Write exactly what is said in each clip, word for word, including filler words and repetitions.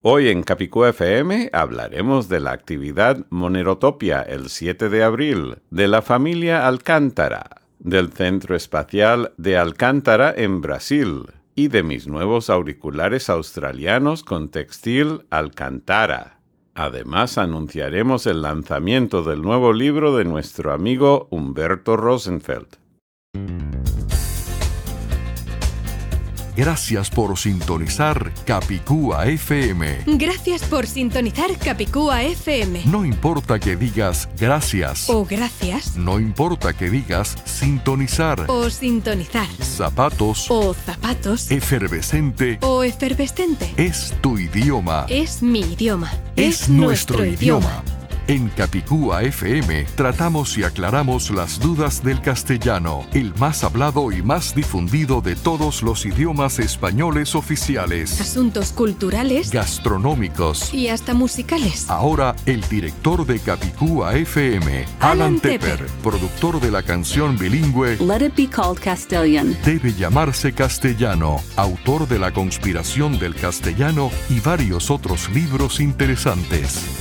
Hoy en Capicúa F M hablaremos de la actividad Monerotopia el siete de abril, de la familia Alcántara, del Centro Espacial de Alcántara en Brasil y de mis nuevos auriculares australianos con textil Alcantara. Además, anunciaremos el lanzamiento del nuevo libro de nuestro amigo Humberto Rosenfeld. Gracias por sintonizar Capicúa F M. Gracias por sintonizar Capicúa F M. No importa que digas gracias o gracias. No importa que digas sintonizar o sintonizar. Zapatos o zapatos. Efervescente o efervescente. Es tu idioma. Es mi idioma. Es, es nuestro, nuestro idioma. idioma. En Capicúa F M tratamos y aclaramos las dudas del castellano, el más hablado y más difundido de todos los idiomas españoles oficiales. Asuntos culturales, gastronómicos y hasta musicales. Ahora, el director de Capicúa F M, Alan, Alan Tepper, Tepper, productor de la canción bilingüe Let It Be Called Castellan. Debe llamarse castellano, autor de La conspiración del castellano y varios otros libros interesantes.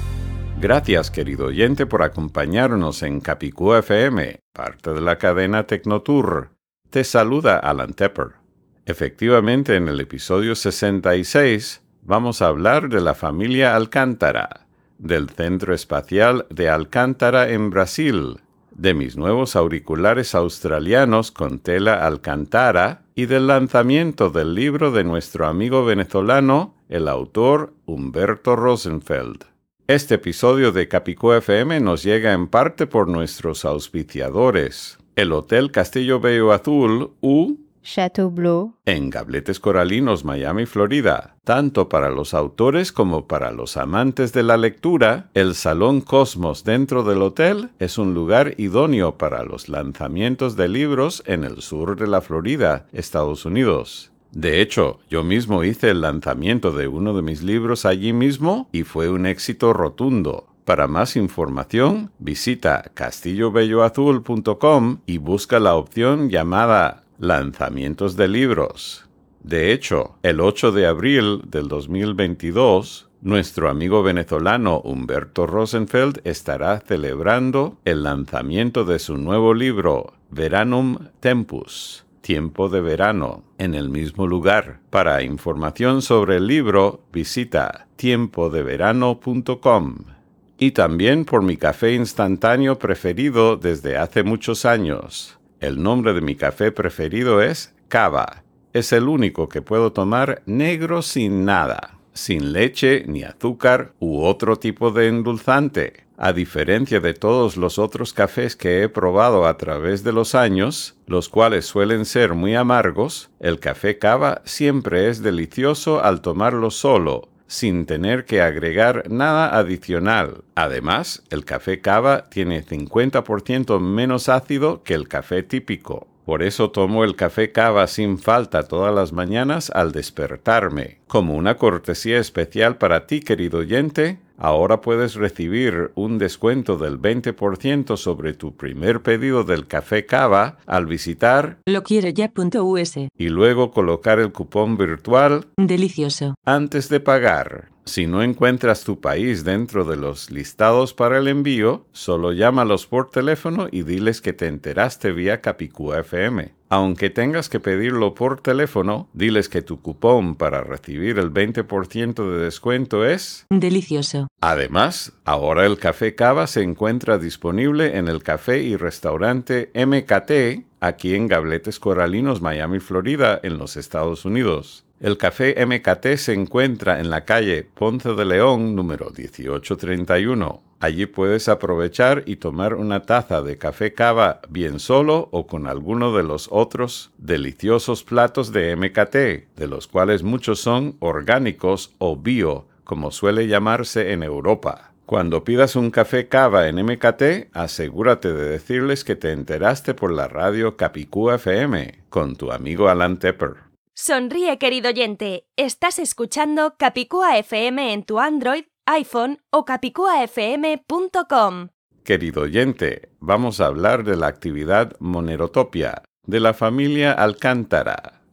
Gracias, querido oyente, por acompañarnos en Capicúa F M, parte de la cadena Tecnotour. Te saluda Alan Tepper. Efectivamente, en el episodio sesenta y seis vamos a hablar de la familia Alcántara, del Centro Espacial de Alcántara en Brasil, de mis nuevos auriculares australianos con tela Alcantara y del lanzamiento del libro de nuestro amigo venezolano, el autor Humberto Rosenfeld. Este episodio de Capicúa F M nos llega en parte por nuestros auspiciadores, el Hotel Castillo Bello Azul u Chateau Bleu en Gabletes Coralinos, Miami, Florida. Tanto para los autores como para los amantes de la lectura, el Salón Cosmos dentro del hotel es un lugar idóneo para los lanzamientos de libros en el sur de la Florida, Estados Unidos. De hecho, yo mismo hice el lanzamiento de uno de mis libros allí mismo y fue un éxito rotundo. Para más información, visita castillo bello azul punto com y busca la opción llamada Lanzamientos de Libros. De hecho, el ocho de abril del dos mil veintidós, nuestro amigo venezolano Humberto Rosenfeld estará celebrando el lanzamiento de su nuevo libro, Veranum Tempus, Tiempo de Verano, en el mismo lugar. Para información sobre el libro, visita tiempo de verano punto com. Y también por mi café instantáneo preferido desde hace muchos años. El nombre de mi café preferido es Cava. Es el único que puedo tomar negro sin nada, sin leche ni azúcar u otro tipo de endulzante. A diferencia de todos los otros cafés que he probado a través de los años, los cuales suelen ser muy amargos, el café Cava siempre es delicioso al tomarlo solo, sin tener que agregar nada adicional. Además, el café Cava tiene cincuenta por ciento menos ácido que el café típico. Por eso tomo el café Cava sin falta todas las mañanas al despertarme. Como una cortesía especial para ti, querido oyente, ahora puedes recibir un descuento del veinte por ciento sobre tu primer pedido del café Cava al visitar loquiereya punto u ese y luego colocar el cupón virtual delicioso antes de pagar. Si no encuentras tu país dentro de los listados para el envío, solo llámalos por teléfono y diles que te enteraste vía Capicúa F M. Aunque tengas que pedirlo por teléfono, diles que tu cupón para recibir el veinte por ciento de descuento es delicioso. Además, ahora el café Cava se encuentra disponible en el café y restaurante M K T, aquí en Gabletes Coralinos, Miami, Florida, en los Estados Unidos. El café M K T se encuentra en la calle Ponce de León, número dieciocho treinta y uno. Allí puedes aprovechar y tomar una taza de café Cava bien solo o con alguno de los otros deliciosos platos de M K T, de los cuales muchos son orgánicos o bio, como suele llamarse en Europa. Cuando pidas un café Cava en M K T, asegúrate de decirles que te enteraste por la radio Capicúa F M, con tu amigo Alan Tepper. Sonríe, querido oyente. Estás escuchando Capicúa F M en tu Android, iPhone o capicúa f m punto com. Querido oyente, vamos a hablar de la actividad Monerotopia, de la familia Alcántara,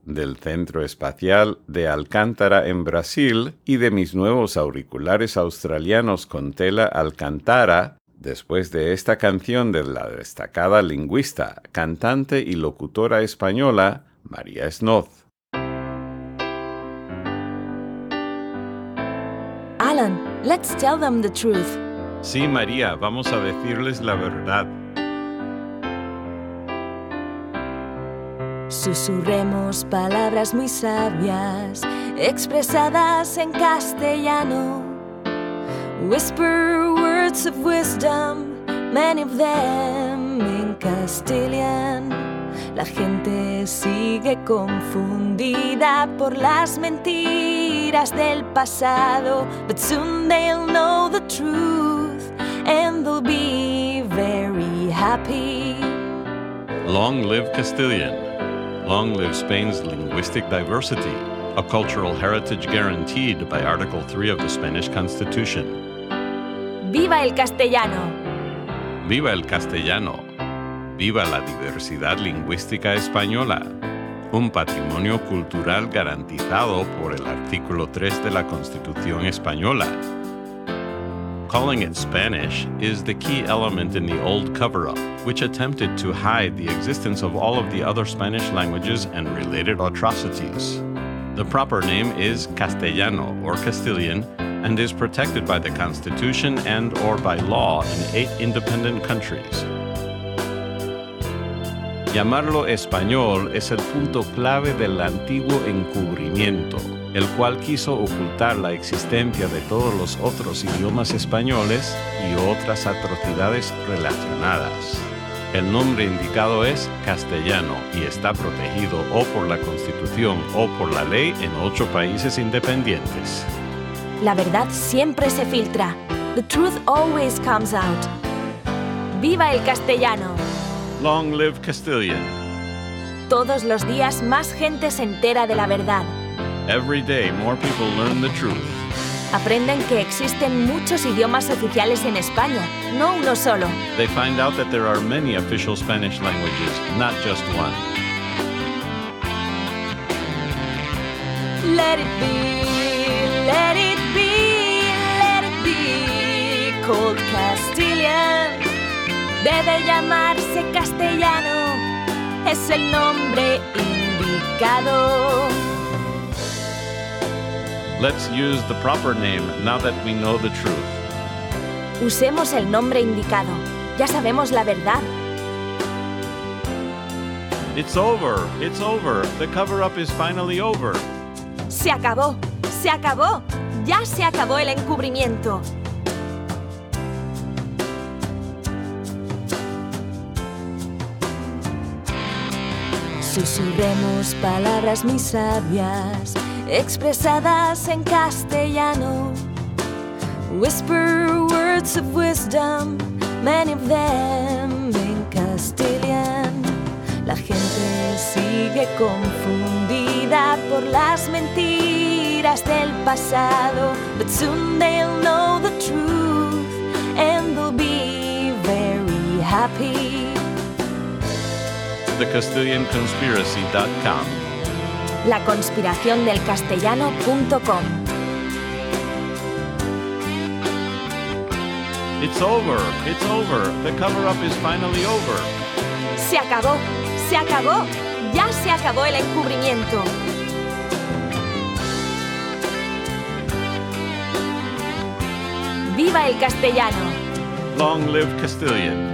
del Centro Espacial de Alcántara en Brasil y de mis nuevos auriculares australianos con tela Alcantara, después de esta canción de la destacada lingüista, cantante y locutora española María Snoz. Alan, let's tell them the truth. Sí, María, vamos a decirles la verdad. Susurremos palabras muy sabias, expresadas en castellano. Whisper words of wisdom, many of them in Castilian. La gente sigue confundida por las mentiras del pasado, but soon they'll know the truth and they'll be very happy. Long live Castilian. Long live Spain's linguistic diversity, a cultural heritage guaranteed by Article three of the Spanish Constitution. ¡Viva el castellano! ¡Viva el castellano! ¡Viva la diversidad lingüística española! Un patrimonio cultural garantizado por el artículo tres de la Constitución española. Calling it Spanish is the key element in the old cover-up, which attempted to hide the existence of all of the other Spanish languages and related atrocities. The proper name is Castellano, or Castilian, and is protected by the Constitution and or by law in eight independent countries. Llamarlo español es el punto clave del antiguo encubrimiento, el cual quiso ocultar la existencia de todos los otros idiomas españoles y otras atrocidades relacionadas. El nombre indicado es castellano y está protegido o por la Constitución o por la ley en ocho países independientes. La verdad siempre se filtra. The truth always comes out. ¡Viva el castellano! Long live Castilian. Todos los días más gente se entera de la verdad. Every day more people learn the truth. Aprenden que existen muchos idiomas oficiales en España, no uno solo. They find out that there are many official Spanish languages, not just one. Let it be, let it be, let it be called Castilian. Debe llamarse castellano, es el nombre indicado. Let's use the proper name now that we know the truth. Usemos el nombre indicado. Ya sabemos la verdad. It's over. It's over. The cover-up is finally over. Se acabó. Se acabó. Ya se acabó el encubrimiento. Susurremos palabras muy sabias, expresadas en castellano. Whisper words of wisdom, many of them in Castilian. La gente sigue confundida por las mentiras del pasado, but soon they'll know the truth and they'll be very happy. the castilian conspiracy dot com. la conspiración del castellano punto com. It's over, it's over. The cover-up is finally over. Se acabó, se acabó. Ya se acabó el encubrimiento. ¡Viva el castellano! Long live Castilian.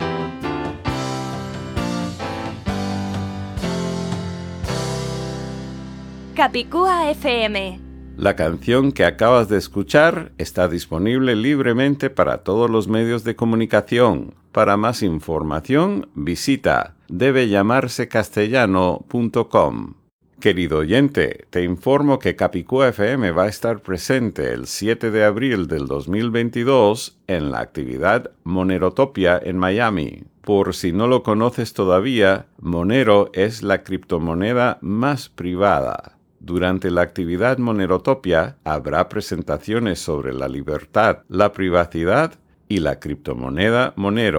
Capicúa F M. La canción que acabas de escuchar está disponible libremente para todos los medios de comunicación. Para más información, visita debe llamarse castellano punto com. Querido oyente, te informo que Capicúa F M va a estar presente el siete de abril del dos mil veintidós en la actividad Monerotopia en Miami. Por si no lo conoces todavía, Monero es la criptomoneda más privada. Durante la actividad Monerotopia habrá presentaciones sobre la libertad, la privacidad y la criptomoneda Monero.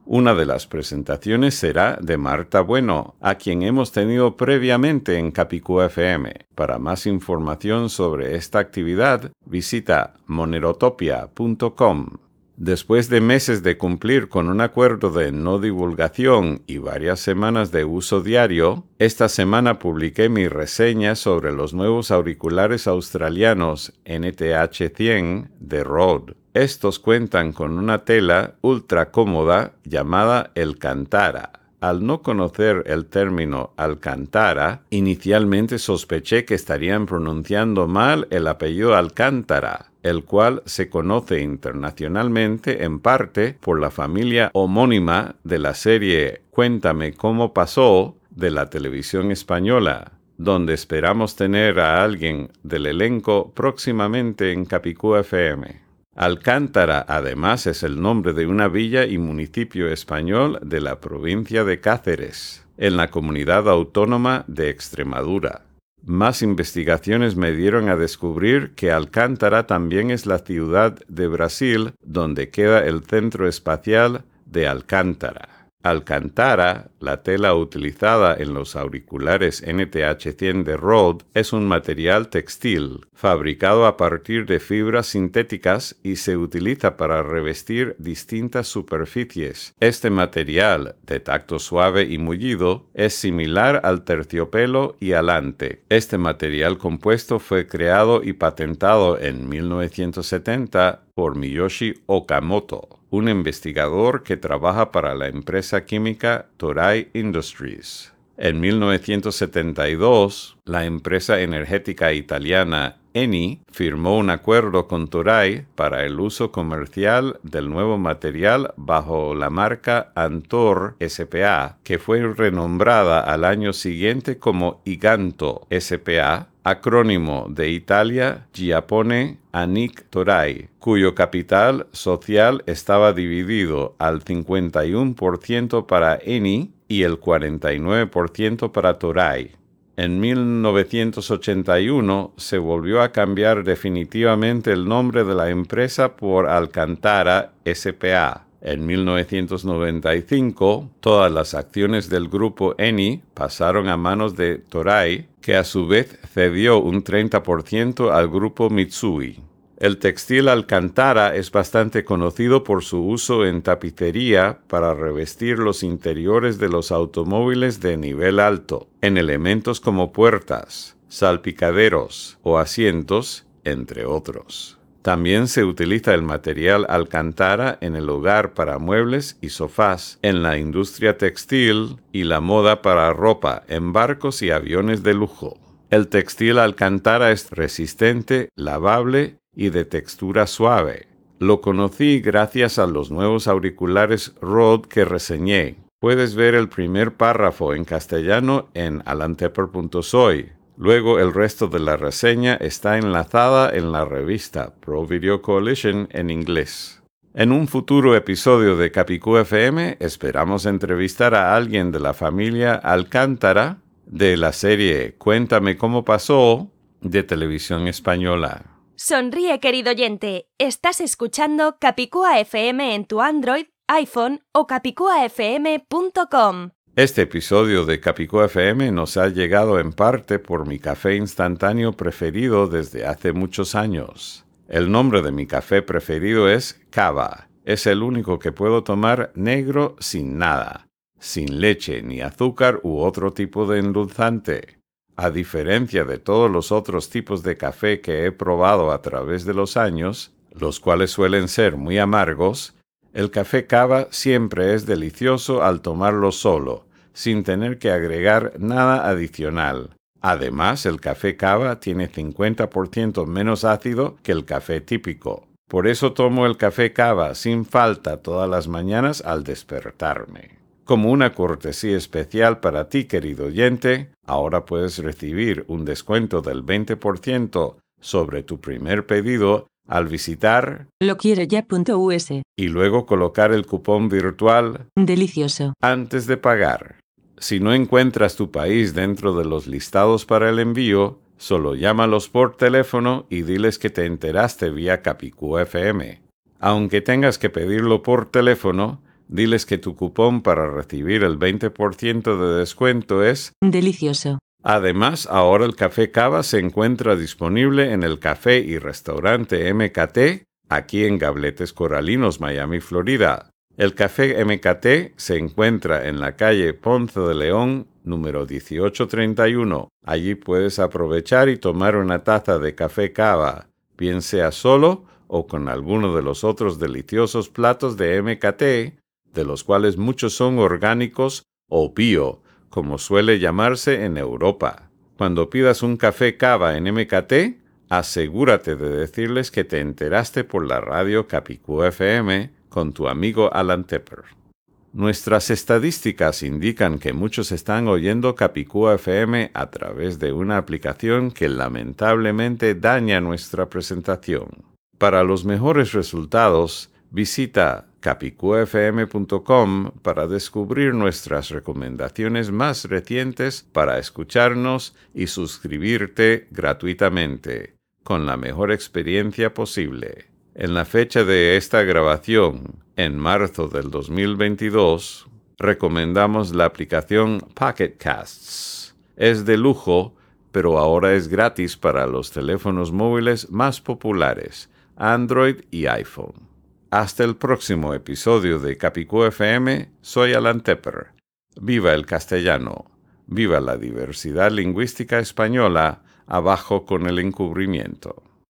Una de las presentaciones será de Marta Bueno, a quien hemos tenido previamente en Capicúa F M. Para más información sobre esta actividad, visita monerotopia punto com. Después de meses de cumplir con un acuerdo de no divulgación y varias semanas de uso diario, esta semana publiqué mi reseña sobre los nuevos auriculares australianos N T H cien de Rode. Estos cuentan con una tela ultra cómoda llamada Alcantara. Al no conocer el término Alcantara, inicialmente sospeché que estarían pronunciando mal el apellido Alcántara, el cual se conoce internacionalmente en parte por la familia homónima de la serie Cuéntame cómo pasó de la televisión española, donde esperamos tener a alguien del elenco próximamente en Capicúa F M. Alcántara, además, es el nombre de una villa y municipio español de la provincia de Cáceres, en la comunidad autónoma de Extremadura. Más investigaciones me dieron a descubrir que Alcántara también es la ciudad de Brasil donde queda el centro espacial de Alcántara. Alcantara, la tela utilizada en los auriculares N T H cien de Rode, es un material textil, fabricado a partir de fibras sintéticas y se utiliza para revestir distintas superficies. Este material, de tacto suave y mullido, es similar al terciopelo y alante. Este material compuesto fue creado y patentado en mil novecientos setenta por Miyoshi Okamoto, un investigador que trabaja para la empresa química Toray Industries. En mil novecientos setenta y dos, la empresa energética italiana Eni firmó un acuerdo con Toray para el uso comercial del nuevo material bajo la marca Antor S P A, que fue renombrada al año siguiente como Iganto S P A, acrónimo de Italia, Giappone, Anic Toray, cuyo capital social estaba dividido al cincuenta y uno por ciento para Eni y el cuarenta y nueve por ciento para Toray. En mil novecientos ochenta y uno se volvió a cambiar definitivamente el nombre de la empresa por Alcantara S P A. En mil novecientos noventa y cinco, todas las acciones del grupo Eni pasaron a manos de Toray, que a su vez cedió un treinta por ciento al grupo Mitsui. El textil Alcantara es bastante conocido por su uso en tapicería para revestir los interiores de los automóviles de nivel alto, en elementos como puertas, salpicaderos o asientos, entre otros. También se utiliza el material Alcantara en el hogar para muebles y sofás, en la industria textil y la moda para ropa en barcos y aviones de lujo. El textil Alcantara es resistente, lavable y de textura suave. Lo conocí gracias a los nuevos auriculares Rode que reseñé. Puedes ver el primer párrafo en castellano en alantepper punto soy. Luego el resto de la reseña está enlazada en la revista Pro Video Coalition en inglés. En un futuro episodio de Capicúa F M esperamos entrevistar a alguien de la familia Alcántara de la serie Cuéntame cómo pasó de Televisión Española. Sonríe, querido oyente. Estás escuchando Capicúa F M en tu Android, iPhone o capicúa f m punto com. Este episodio de Capicúa F M nos ha llegado en parte por mi café instantáneo preferido desde hace muchos años. El nombre de mi café preferido es Cava. Es el único que puedo tomar negro sin nada, sin leche ni azúcar u otro tipo de endulzante. A diferencia de todos los otros tipos de café que he probado a través de los años, los cuales suelen ser muy amargos, el café Cava siempre es delicioso al tomarlo solo, sin tener que agregar nada adicional. Además, el café Cava tiene cincuenta por ciento menos ácido que el café típico. Por eso tomo el café Cava sin falta todas las mañanas al despertarme. Como una cortesía especial para ti, querido oyente, ahora puedes recibir un descuento del veinte por ciento sobre tu primer pedido al visitar loquiereya punto u s y luego colocar el cupón virtual Delicioso antes de pagar. Si no encuentras tu país dentro de los listados para el envío, solo llámalos por teléfono y diles que te enteraste vía Capicúa F M. Aunque tengas que pedirlo por teléfono, Diles que tu cupón para recibir el veinte por ciento de descuento es delicioso. Además, ahora el Café Cava se encuentra disponible en el café y restaurante M K T, aquí en Gabletes Coralinos, Miami, Florida. El Café M K T se encuentra en la calle Ponce de León, número dieciocho treinta y uno. Allí puedes aprovechar y tomar una taza de café Cava, bien sea solo o con alguno de los otros deliciosos platos de M K T, de los cuales muchos son orgánicos o bio, como suele llamarse en Europa. Cuando pidas un café Cava en M K T, asegúrate de decirles que te enteraste por la radio Capicúa F M con tu amigo Alan Tepper. Nuestras estadísticas indican que muchos están oyendo Capicúa F M a través de una aplicación que lamentablemente daña nuestra presentación. Para los mejores resultados, visita capicua f m punto com para descubrir nuestras recomendaciones más recientes para escucharnos y suscribirte gratuitamente, con la mejor experiencia posible. En la fecha de esta grabación, en marzo del dos mil veintidós, recomendamos la aplicación Pocket Casts. Es de lujo, pero ahora es gratis para los teléfonos móviles más populares, Android y iPhone. Hasta el próximo episodio de Capicúa F M, soy Alan Tepper. Viva el castellano, viva la diversidad lingüística española, abajo con el encubrimiento.